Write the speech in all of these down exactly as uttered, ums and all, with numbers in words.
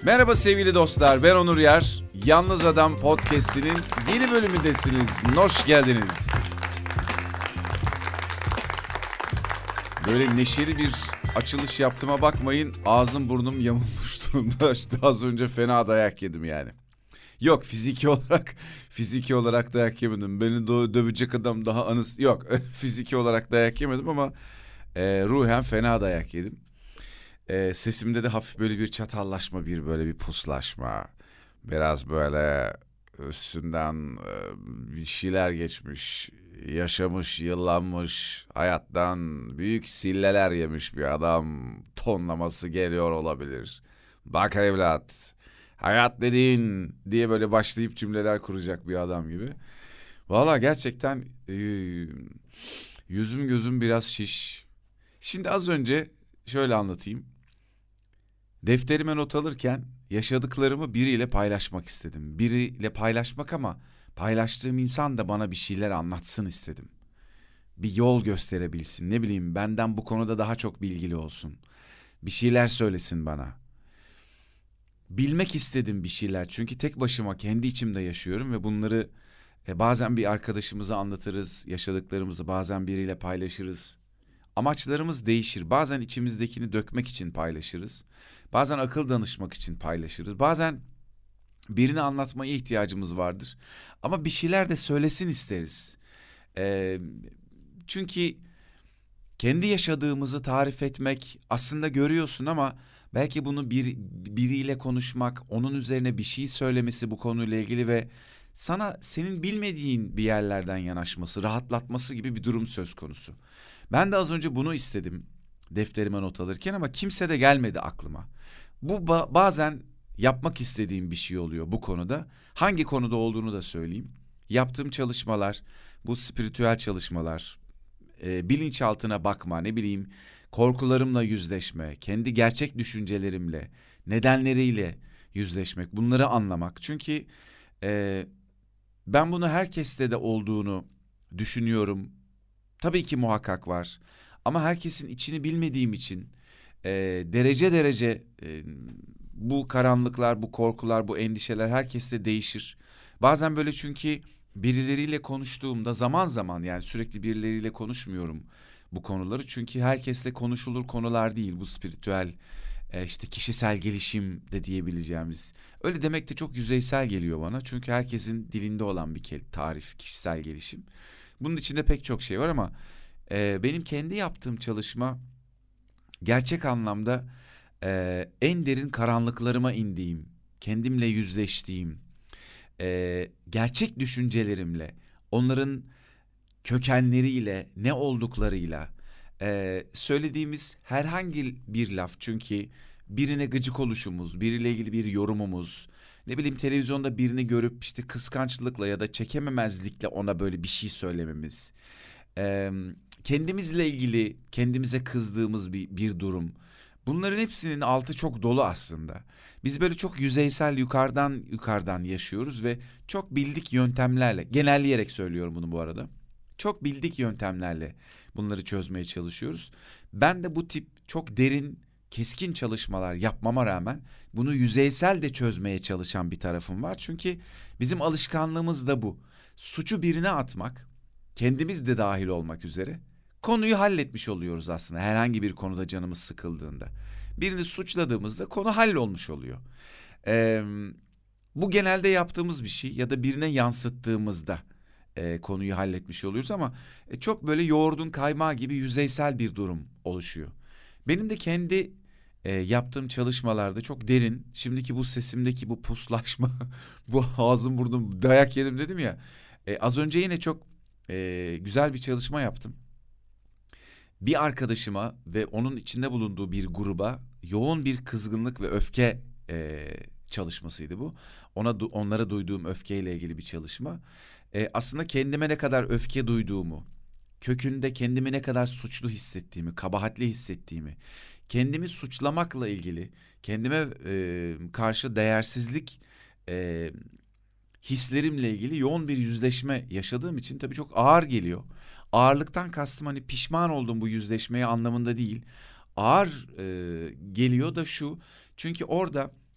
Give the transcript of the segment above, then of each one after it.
Merhaba sevgili dostlar, ben Onur Yer. Yalnız Adam Podcast'inin yeni bölümündesiniz. Hoş geldiniz. Böyle neşeli bir açılış yaptığıma bakmayın. Ağzım burnum yamulmuş durumda. İşte az önce fena dayak yedim yani. Yok, fiziki olarak fiziki olarak dayak yemedim. Beni dö- dövecek adam daha anıs... Yok, fiziki olarak dayak yemedim ama e, ruhen fena dayak yedim. E, sesimde de hafif böyle bir çatallaşma, bir böyle bir puslaşma. Biraz böyle üstünden e, bir şeyler geçmiş, yaşamış, yıllanmış, hayattan büyük silleler yemiş bir adam tonlaması geliyor olabilir. Bak evlat, hayat dediğin diye böyle başlayıp cümleler kuracak bir adam gibi. Valla gerçekten e, yüzüm gözüm biraz şiş. Şimdi az önce şöyle anlatayım. Defterime not alırken yaşadıklarımı biriyle paylaşmak istedim. Biriyle paylaşmak ama paylaştığım insan da bana bir şeyler anlatsın istedim. Bir yol gösterebilsin, ne bileyim benden bu konuda daha çok bilgili olsun. Bir şeyler söylesin bana. Bilmek istedim bir şeyler çünkü tek başıma kendi içimde yaşıyorum ve bunları e, bazen bir arkadaşımıza anlatırız, yaşadıklarımızı bazen biriyle paylaşırız. Amaçlarımız değişir. Bazen içimizdekini dökmek için paylaşırız. Bazen akıl danışmak için paylaşırız. Bazen birine anlatmaya ihtiyacımız vardır. Ama bir şeyler de söylesin isteriz. Ee, çünkü kendi yaşadığımızı tarif etmek aslında görüyorsun ama belki bunu bir, biriyle konuşmak, onun üzerine bir şey söylemesi bu konuyla ilgili ve sana senin bilmediğin bir yerlerden yanaşması, rahatlatması gibi bir durum söz konusu. Ben de az önce bunu istedim defterime not alırken ama kimse de gelmedi aklıma. Bu ba- bazen yapmak istediğim bir şey oluyor bu konuda. Hangi konuda olduğunu da söyleyeyim. Yaptığım çalışmalar, bu spiritüel çalışmalar, e, bilinçaltına bakma, ne bileyim korkularımla yüzleşme, kendi gerçek düşüncelerimle, nedenleriyle yüzleşmek, bunları anlamak. Çünkü e, ben bunu herkeste de olduğunu düşünüyorum. Tabii ki muhakkak var. Ama herkesin içini bilmediğim için e, derece derece e, bu karanlıklar, bu korkular, bu endişeler herkeste değişir. Bazen böyle çünkü birileriyle konuştuğumda zaman zaman yani sürekli birileriyle konuşmuyorum bu konuları. Çünkü herkesle konuşulur konular değil bu spiritüel e, işte kişisel gelişim de diyebileceğimiz. Öyle demek de çok yüzeysel geliyor bana. Çünkü herkesin dilinde olan bir tarif kişisel gelişim. Bunun içinde pek çok şey var ama e, benim kendi yaptığım çalışma gerçek anlamda e, en derin karanlıklarıma indiğim, kendimle yüzleştiğim, e, gerçek düşüncelerimle, onların kökenleriyle, ne olduklarıyla, e, söylediğimiz herhangi bir laf çünkü birine gıcık oluşumuz, biriyle ilgili bir yorumumuz, ne bileyim televizyonda birini görüp işte kıskançlıkla ya da çekememezlikle ona böyle bir şey söylememiz, e, kendimizle ilgili kendimize kızdığımız bir, bir durum. Bunların hepsinin altı çok dolu aslında. Biz böyle çok yüzeysel yukarıdan yukarıdan yaşıyoruz ve çok bildik yöntemlerle, genelleyerek söylüyorum bunu bu arada. Çok bildik yöntemlerle bunları çözmeye çalışıyoruz. Ben de bu tip çok derin, keskin çalışmalar yapmama rağmen bunu yüzeysel de çözmeye çalışan bir tarafım var. Çünkü bizim alışkanlığımız da bu. Suçu birine atmak, kendimiz de dahil olmak üzere konuyu halletmiş oluyoruz aslında herhangi bir konuda canımız sıkıldığında. Birini suçladığımızda konu hallolmuş oluyor. Ee, bu genelde yaptığımız bir şey ya da birine yansıttığımızda e, konuyu halletmiş oluyoruz ama e, çok böyle yoğurdun kaymağı gibi yüzeysel bir durum oluşuyor. Benim de kendi e, yaptığım çalışmalarda çok derin, şimdiki bu sesimdeki bu puslaşma, bu ağzım burnum dayak yedim dedim ya. E, az önce yine çok e, güzel bir çalışma yaptım. Bir arkadaşıma ve onun içinde bulunduğu bir gruba yoğun bir kızgınlık ve öfke e, çalışmasıydı bu. Ona onlara duyduğum öfkeyle ilgili bir çalışma. E, aslında kendime ne kadar öfke duyduğumu, kökünde kendimi ne kadar suçlu hissettiğimi, kabahatli hissettiğimi, kendimi suçlamakla ilgili, kendime e, karşı değersizlik e, hislerimle ilgili yoğun bir yüzleşme yaşadığım için tabii çok ağır geliyor. Ağırlıktan kastım hani pişman oldum bu yüzleşmeye anlamında değil. Ağır e, geliyor da şu, çünkü orada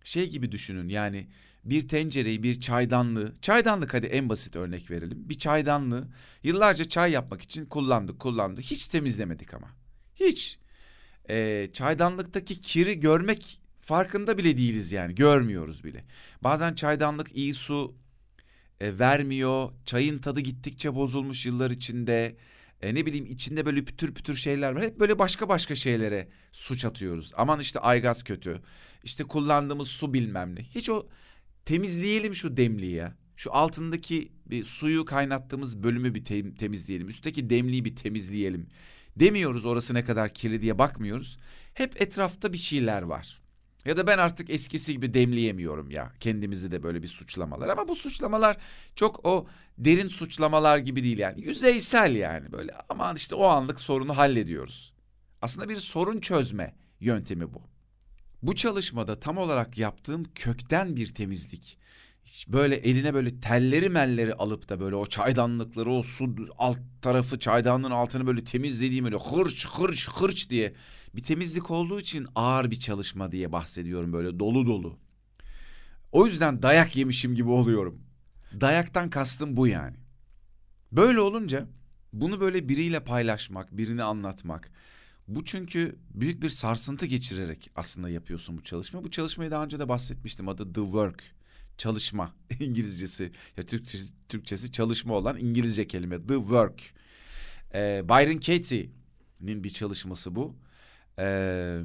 Şey gibi düşünün, yani bir tencereyi, bir çaydanlığı, çaydanlık, hadi en basit örnek verelim. Bir çaydanlığı yıllarca çay yapmak için kullandık kullandık hiç temizlemedik ama. Hiç. Ee, çaydanlıktaki kiri görmek farkında bile değiliz, yani görmüyoruz bile. Bazen çaydanlık iyi su e, vermiyor. Çayın tadı gittikçe bozulmuş yıllar içinde. E, ne bileyim, içinde böyle pütür pütür şeyler var. Hep böyle başka başka şeylere suç atıyoruz. Aman işte aygaz kötü. İşte kullandığımız su bilmem ne. Hiç o temizleyelim şu demliği ya. Şu altındaki bir suyu kaynattığımız bölümü bir tem- temizleyelim. Üstteki demliği bir temizleyelim. Demiyoruz, orası ne kadar kirli diye bakmıyoruz. Hep etrafta bir şeyler var. Ya da ben artık eskisi gibi demleyemiyorum ya. Kendimizi de böyle bir suçlamalar. Ama bu suçlamalar çok o derin suçlamalar gibi değil yani. Yüzeysel yani, böyle aman işte o anlık sorunu hallediyoruz. Aslında bir sorun çözme yöntemi bu. Bu çalışmada tam olarak yaptığım kökten bir temizlik. Hiç böyle eline böyle telleri melleri alıp da böyle o çaydanlıkları, o su alt tarafı, çaydanlığın altını böyle temizlediğim, öyle hırç hırç hırç diye bir temizlik olduğu için ağır bir çalışma diye bahsediyorum, böyle dolu dolu. O yüzden dayak yemişim gibi oluyorum. Dayaktan kastım bu yani. Böyle olunca bunu böyle biriyle paylaşmak, birini anlatmak. Bu çünkü büyük bir sarsıntı geçirerek aslında yapıyorsun bu çalışmayı. Bu çalışmayı daha önce de bahsetmiştim. Adı The Work. Çalışma İngilizcesi. Ya Türkçesi, Türkçesi çalışma olan İngilizce kelime. The Work. Ee, Byron Katie'nin bir çalışması bu. Ee,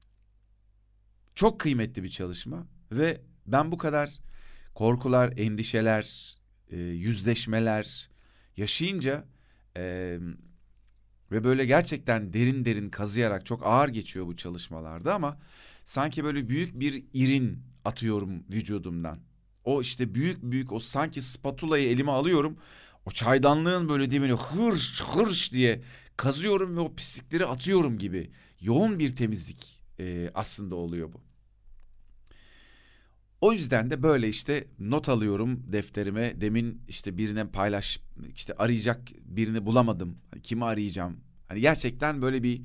çok kıymetli bir çalışma. Ve ben bu kadar korkular, endişeler, e, yüzleşmeler yaşayınca... E, Ve böyle gerçekten derin derin kazıyarak, çok ağır geçiyor bu çalışmalarda ama sanki böyle büyük bir irin atıyorum vücudumdan. O işte büyük büyük, o sanki spatulayı elime alıyorum. O çaydanlığın böyle dibine hırş hırş diye kazıyorum ve o pislikleri atıyorum gibi. Yoğun bir temizlik e, aslında oluyor bu. O yüzden de böyle işte not alıyorum defterime. Demin işte birine paylaş, işte arayacak birini bulamadım. Hani kimi arayacağım? Hani gerçekten böyle bir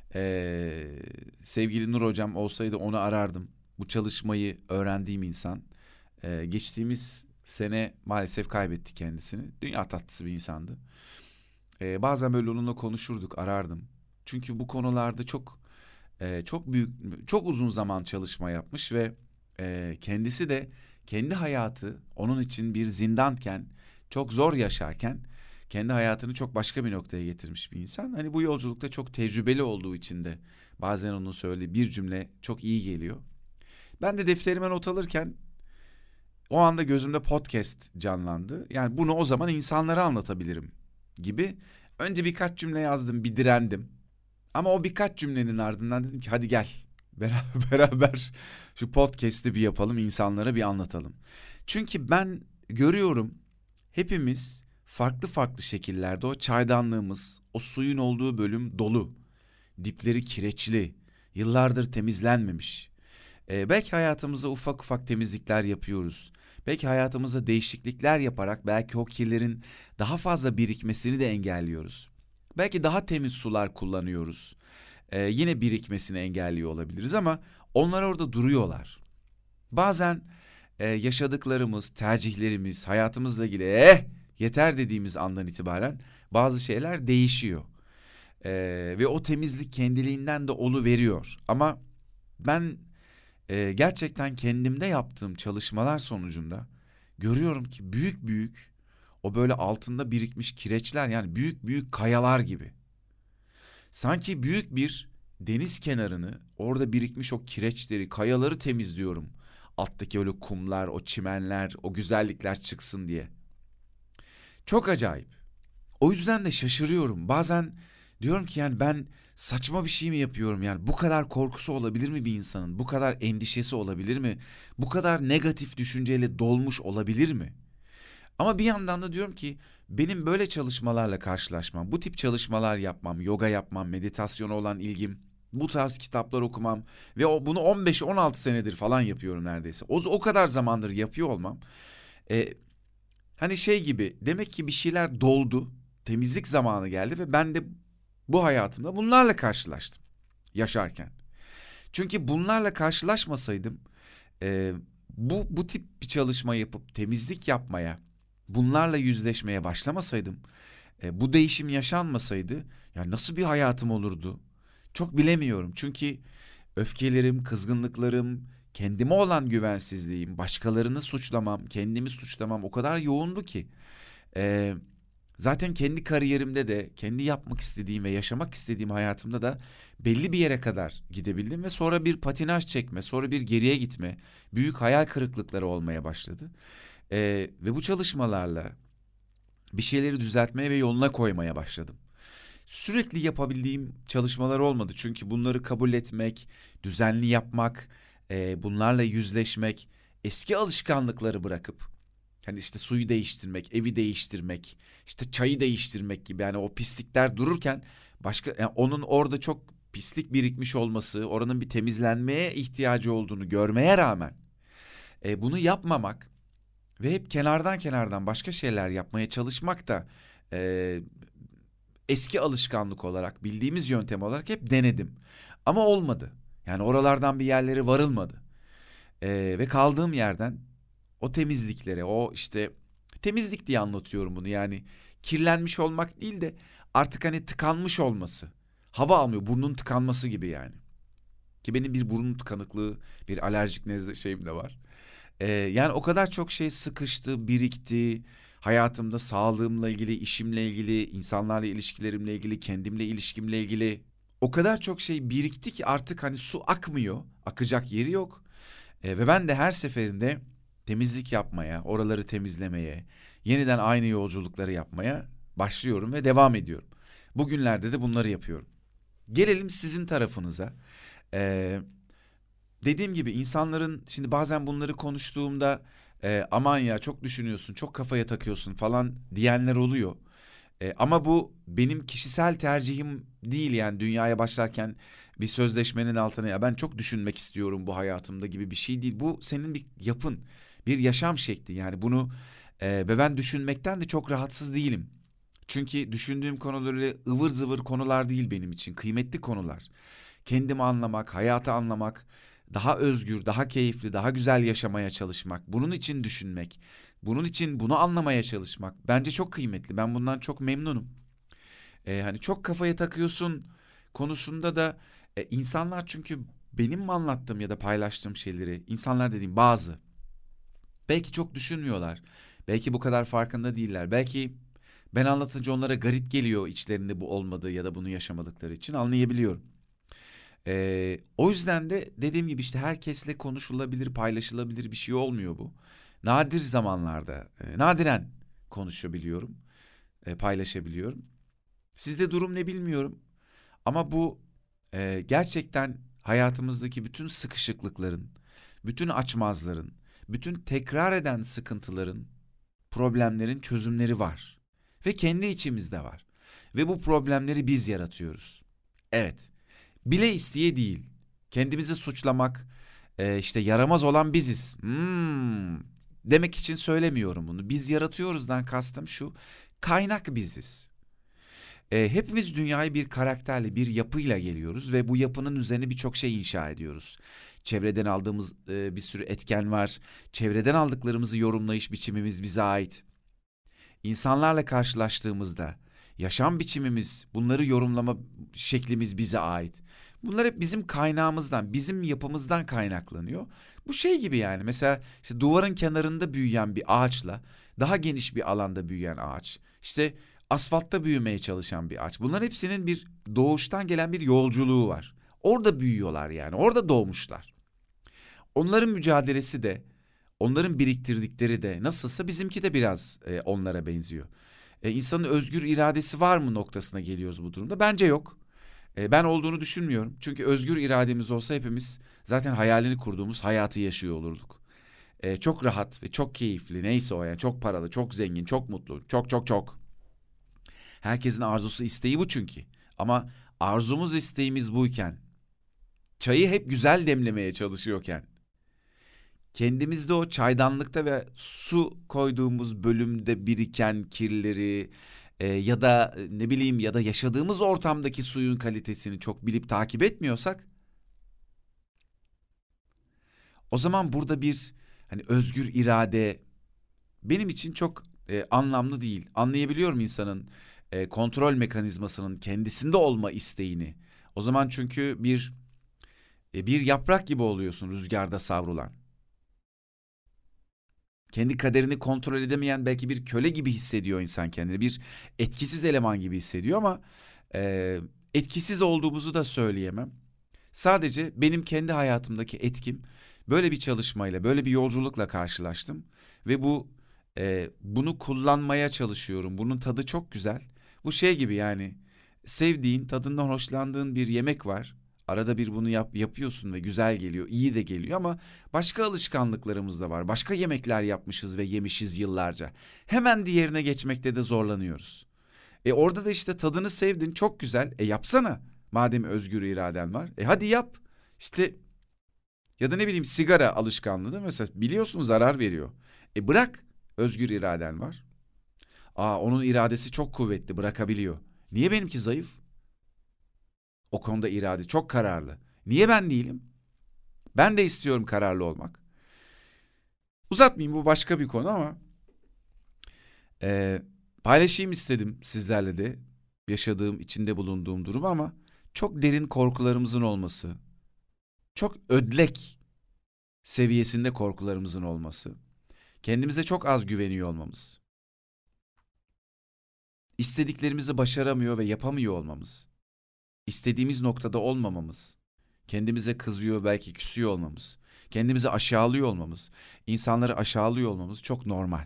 e, sevgili Nur hocam olsaydı onu arardım. Bu çalışmayı öğrendiğim insan. E, geçtiğimiz sene maalesef kaybetti kendisini. Dünya tatlısı bir insandı. E, bazen böyle onunla konuşurduk, arardım. Çünkü bu konularda çok e, çok büyük, çok uzun zaman çalışma yapmış ve e, kendisi de kendi hayatı onun için bir zindanken, çok zor yaşarken kendi hayatını çok başka bir noktaya getirmiş bir insan. Hani bu yolculukta çok tecrübeli olduğu için de bazen onun söylediği bir cümle çok iyi geliyor. Ben de defterime not alırken o anda gözümde podcast canlandı. Yani bunu o zaman insanlara anlatabilirim gibi. Önce birkaç cümle yazdım, bir direndim. Ama o birkaç cümlenin ardından dedim ki hadi gel beraber, beraber şu podcast'i bir yapalım, insanlara bir anlatalım. Çünkü ben görüyorum, hepimiz farklı farklı şekillerde o çaydanlığımız, o suyun olduğu bölüm dolu. Dipleri kireçli, yıllardır temizlenmemiş. Ee, belki hayatımızda ufak ufak temizlikler yapıyoruz. Belki hayatımızda değişiklikler yaparak belki o kirlerin daha fazla birikmesini de engelliyoruz. Belki daha temiz sular kullanıyoruz. Ee, yine birikmesini engelliyor olabiliriz ama onlar orada duruyorlar. Bazen e, yaşadıklarımız, tercihlerimiz, hayatımızla ilgili eh yeter dediğimiz andan itibaren bazı şeyler değişiyor. Ee, ve o temizlik kendiliğinden de oluveriyor. Ama ben e, gerçekten kendimde yaptığım çalışmalar sonucunda görüyorum ki büyük büyük o böyle altında birikmiş kireçler, yani büyük büyük kayalar gibi. Sanki büyük bir deniz kenarını, orada birikmiş o kireçleri, kayaları temizliyorum. Alttaki öyle kumlar, o çimenler, o güzellikler çıksın diye. Çok acayip. O yüzden de şaşırıyorum. Bazen diyorum ki yani ben saçma bir şey mi yapıyorum? Yani bu kadar korkusu olabilir mi bir insanın? Bu kadar endişesi olabilir mi? Bu kadar negatif düşünceyle dolmuş olabilir mi? Ama bir yandan da diyorum ki benim böyle çalışmalarla karşılaşmam, bu tip çalışmalar yapmam, yoga yapmam, meditasyona olan ilgim, bu tarz kitaplar okumam ve o, bunu on beş on altı senedir falan yapıyorum neredeyse. O, o kadar zamandır yapıyor olmam. E, hani şey gibi, demek ki bir şeyler doldu, temizlik zamanı geldi ve ben de bu hayatımda bunlarla karşılaştım yaşarken. Çünkü bunlarla karşılaşmasaydım E, bu bu tip bir çalışma yapıp temizlik yapmaya, bunlarla yüzleşmeye başlamasaydım, e, bu değişim yaşanmasaydı, ya nasıl bir hayatım olurdu? Çok bilemiyorum. Çünkü öfkelerim, kızgınlıklarım, kendime olan güvensizliğim, başkalarını suçlamam, kendimi suçlamam o kadar yoğundu ki. Ee, zaten kendi kariyerimde de, kendi yapmak istediğim ve yaşamak istediğim hayatımda da belli bir yere kadar gidebildim ve sonra bir patinaj çekme, sonra bir geriye gitme, büyük hayal kırıklıkları olmaya başladı. Ee, ve bu çalışmalarla bir şeyleri düzeltmeye ve yoluna koymaya başladım. Sürekli yapabildiğim çalışmalar olmadı. Çünkü bunları kabul etmek, düzenli yapmak, e, bunlarla yüzleşmek, eski alışkanlıkları bırakıp, hani işte suyu değiştirmek, evi değiştirmek, işte çayı değiştirmek gibi, yani o pislikler dururken başka, yani onun orada çok pislik birikmiş olması, oranın bir temizlenmeye ihtiyacı olduğunu görmeye rağmen e, bunu yapmamak ve hep kenardan kenardan başka şeyler yapmaya çalışmak da e, eski alışkanlık olarak, bildiğimiz yöntem olarak hep denedim. Ama olmadı. Yani oralardan bir yerlere varılmadı. Ee, ve kaldığım yerden o temizliklere, o işte temizlik diye anlatıyorum bunu. Yani kirlenmiş olmak değil de artık hani tıkanmış olması. Hava almıyor, burnun tıkanması gibi yani. Ki benim bir burun tıkanıklığı, bir alerjik nezle şeyim de var. Ee, yani o kadar çok şey sıkıştı, birikti. Hayatımda sağlığımla ilgili, işimle ilgili, insanlarla ilişkilerimle ilgili, kendimle ilişkimle ilgili o kadar çok şey birikti ki artık hani su akmıyor, akacak yeri yok. Ee, ve ben de her seferinde temizlik yapmaya, oraları temizlemeye, yeniden aynı yolculukları yapmaya başlıyorum ve devam ediyorum. Bugünlerde de bunları yapıyorum. Gelelim sizin tarafınıza. Ee, Dediğim gibi insanların şimdi bazen bunları konuştuğumda e, aman ya çok düşünüyorsun, çok kafaya takıyorsun falan diyenler oluyor. E, ama bu benim kişisel tercihim değil, yani dünyaya başlarken bir sözleşmenin altına ya ben çok düşünmek istiyorum bu hayatımda gibi bir şey değil. Bu senin bir yapın, bir yaşam şekli, yani bunu e, ve ben düşünmekten de çok rahatsız değilim. Çünkü düşündüğüm konular öyle ıvır zıvır konular değil benim için, kıymetli konular. Kendimi anlamak, hayatı anlamak, daha özgür, daha keyifli, daha güzel yaşamaya çalışmak, bunun için düşünmek, bunun için bunu anlamaya çalışmak bence çok kıymetli. Ben bundan çok memnunum. Ee, hani çok kafaya takıyorsun konusunda da e, insanlar, çünkü benim mi anlattığım ya da paylaştığım şeyleri, insanlar dediğim bazı, belki çok düşünmüyorlar. Belki bu kadar farkında değiller. Belki ben anlatınca onlara garip geliyor içlerinde bu olmadığı ya da bunu yaşamadıkları için, anlayabiliyorum. Ee, o yüzden de dediğim gibi işte herkesle konuşulabilir, paylaşılabilir bir şey olmuyor bu. Nadir zamanlarda, e, nadiren konuşabiliyorum, e, paylaşabiliyorum. Sizde durum ne bilmiyorum ama bu e, gerçekten hayatımızdaki bütün sıkışıklıkların, bütün açmazların, bütün tekrar eden sıkıntıların, problemlerin çözümleri var. Ve kendi içimizde var. Ve bu problemleri biz yaratıyoruz. Evet. Bile isteye değil. Kendimizi suçlamak, e, işte yaramaz olan biziz. Hmm, demek için söylemiyorum bunu. Biz yaratıyoruzdan kastım şu. Kaynak biziz. E, hepimiz dünyaya bir karakterle, bir yapıyla geliyoruz ve bu yapının üzerine birçok şey inşa ediyoruz. Çevreden aldığımız e, bir sürü etken var. Çevreden aldıklarımızı yorumlayış biçimimiz bize ait. İnsanlarla karşılaştığımızda yaşam biçimimiz, bunları yorumlama şeklimiz bize ait. Bunlar hep bizim kaynağımızdan, bizim yapımızdan kaynaklanıyor. Bu şey gibi yani, mesela işte duvarın kenarında büyüyen bir ağaçla daha geniş bir alanda büyüyen ağaç, işte asfaltta büyümeye çalışan bir ağaç. Bunların hepsinin bir doğuştan gelen bir yolculuğu var. Orada büyüyorlar, yani orada doğmuşlar. Onların mücadelesi de, onların biriktirdikleri de nasılsa bizimki de biraz e, onlara benziyor. E, insanın özgür iradesi var mı noktasına geliyoruz bu durumda. Bence yok. E, ben olduğunu düşünmüyorum. Çünkü özgür irademiz olsa hepimiz zaten hayalini kurduğumuz hayatı yaşıyor olurduk. E, çok rahat ve çok keyifli, neyse o, yani çok paralı, çok zengin, çok mutlu, çok çok çok. Herkesin arzusu, isteği bu çünkü. Ama arzumuz, isteğimiz buyken, çayı hep güzel demlemeye çalışıyorken, kendimizde o çaydanlıkta ve su koyduğumuz bölümde biriken kirleri e, ya da e, ne bileyim, ya da yaşadığımız ortamdaki suyun kalitesini çok bilip takip etmiyorsak, O zaman burada bir hani özgür irade benim için çok e, anlamlı değil. Anlayabiliyorum insanın e, kontrol mekanizmasının kendisinde olma isteğini. O zaman çünkü bir e, bir yaprak gibi oluyorsun rüzgarda savrulan. Kendi kaderini kontrol edemeyen belki bir köle gibi hissediyor insan kendini. Bir etkisiz eleman gibi hissediyor ama e, etkisiz olduğumuzu da söyleyemem. Sadece benim kendi hayatımdaki etkim böyle bir çalışmayla, böyle bir yolculukla karşılaştım. Ve bu e, bunu kullanmaya çalışıyorum. Bunun tadı çok güzel. Bu şey gibi yani sevdiğin, tadından hoşlandığın bir yemek var. Arada bir bunu yap, yapıyorsun ve güzel geliyor, iyi de geliyor ama başka alışkanlıklarımız da var. Başka yemekler yapmışız ve yemişiz yıllarca. Hemen diğerine geçmekte de zorlanıyoruz. E orada da işte tadını sevdin, çok güzel. E yapsana. Madem özgür iraden var. E hadi yap. İşte ya da ne bileyim sigara alışkanlığı da mesela biliyorsun zarar veriyor. E bırak. Özgür iraden var. Aa onun iradesi çok kuvvetli, bırakabiliyor. Niye benimki zayıf? O konuda irade çok kararlı. Niye ben değilim? Ben de istiyorum kararlı olmak. Uzatmayayım, bu başka bir konu ama e, paylaşayım istedim sizlerle de yaşadığım, içinde bulunduğum durum ama çok derin korkularımızın olması, çok ödlek seviyesinde korkularımızın olması, kendimize çok az güveniyor olmamız, istediklerimizi başaramıyor ve yapamıyor olmamız, istediğimiz noktada olmamamız, kendimize kızıyor belki küsüyor olmamız, kendimizi aşağılıyor olmamız, insanları aşağılıyor olmamız çok normal.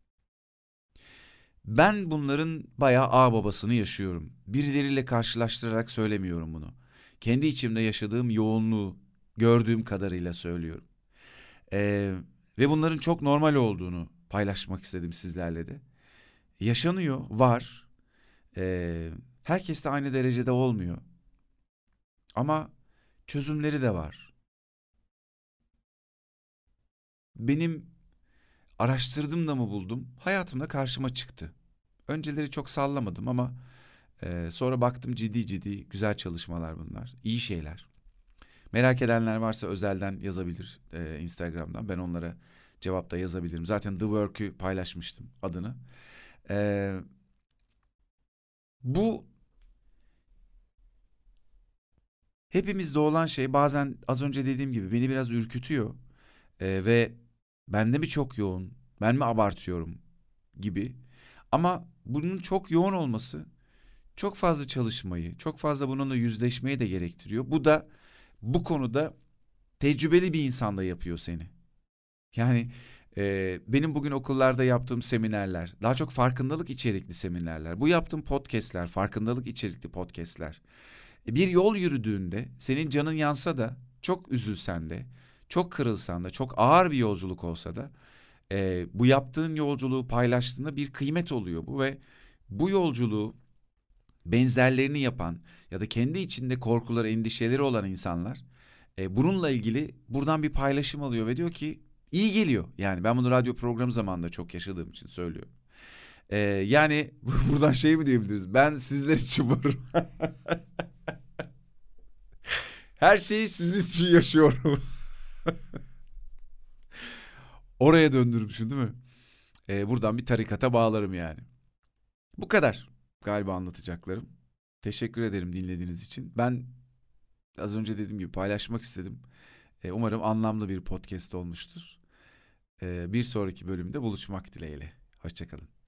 Ben bunların bayağı ağ babasını yaşıyorum. Birileriyle karşılaştırarak söylemiyorum bunu. Kendi içimde yaşadığım yoğunluğu gördüğüm kadarıyla söylüyorum. Ee, ve bunların çok normal olduğunu paylaşmak istedim sizlerle de. Yaşanıyor, var. Ee, herkes de aynı derecede olmuyor. Ama çözümleri de var. Benim araştırdım da mı buldum? Hayatımda karşıma çıktı. Önceleri çok sallamadım ama e, sonra baktım ciddi ciddi güzel çalışmalar bunlar. İyi şeyler. Merak edenler varsa özelden yazabilir e, Instagram'dan. Ben onlara cevap da yazabilirim. Zaten The Work'ü paylaşmıştım adını. E, bu hepimizde olan şey bazen az önce dediğim gibi beni biraz ürkütüyor. E, ve bende mi çok yoğun, ben mi abartıyorum gibi. Ama bunun çok yoğun olması çok fazla çalışmayı, çok fazla bununla yüzleşmeyi de gerektiriyor. Bu da bu konuda tecrübeli bir insan da yapıyor seni. Yani e, benim bugün okullarda yaptığım seminerler, daha çok farkındalık içerikli seminerler. Bu yaptığım podcastler, farkındalık içerikli podcastler. E, bir yol yürüdüğünde senin canın yansa da, çok üzülsen de, çok kırılsan da, çok ağır bir yolculuk olsa da e, bu yaptığın yolculuğu paylaştığında bir kıymet oluyor bu ve bu yolculuğu benzerlerini yapan ya da kendi içinde korkuları, endişeleri olan insanlar e, bununla ilgili buradan bir paylaşım alıyor ve diyor ki iyi geliyor. Yani ben bunu radyo programı zamanında çok yaşadığım için söylüyorum. E, yani buradan şey mi diyebiliriz? Ben sizler için varım. Her şeyi sizin için yaşıyorum. Oraya döndürmüşsün değil mi? E, buradan bir tarikata bağlarım yani. Bu kadar galiba anlatacaklarım. Teşekkür ederim dinlediğiniz için. Ben az önce dediğim gibi paylaşmak istedim. E, umarım anlamlı bir podcast olmuştur. E, bir sonraki bölümde buluşmak dileğiyle. Hoşça kalın.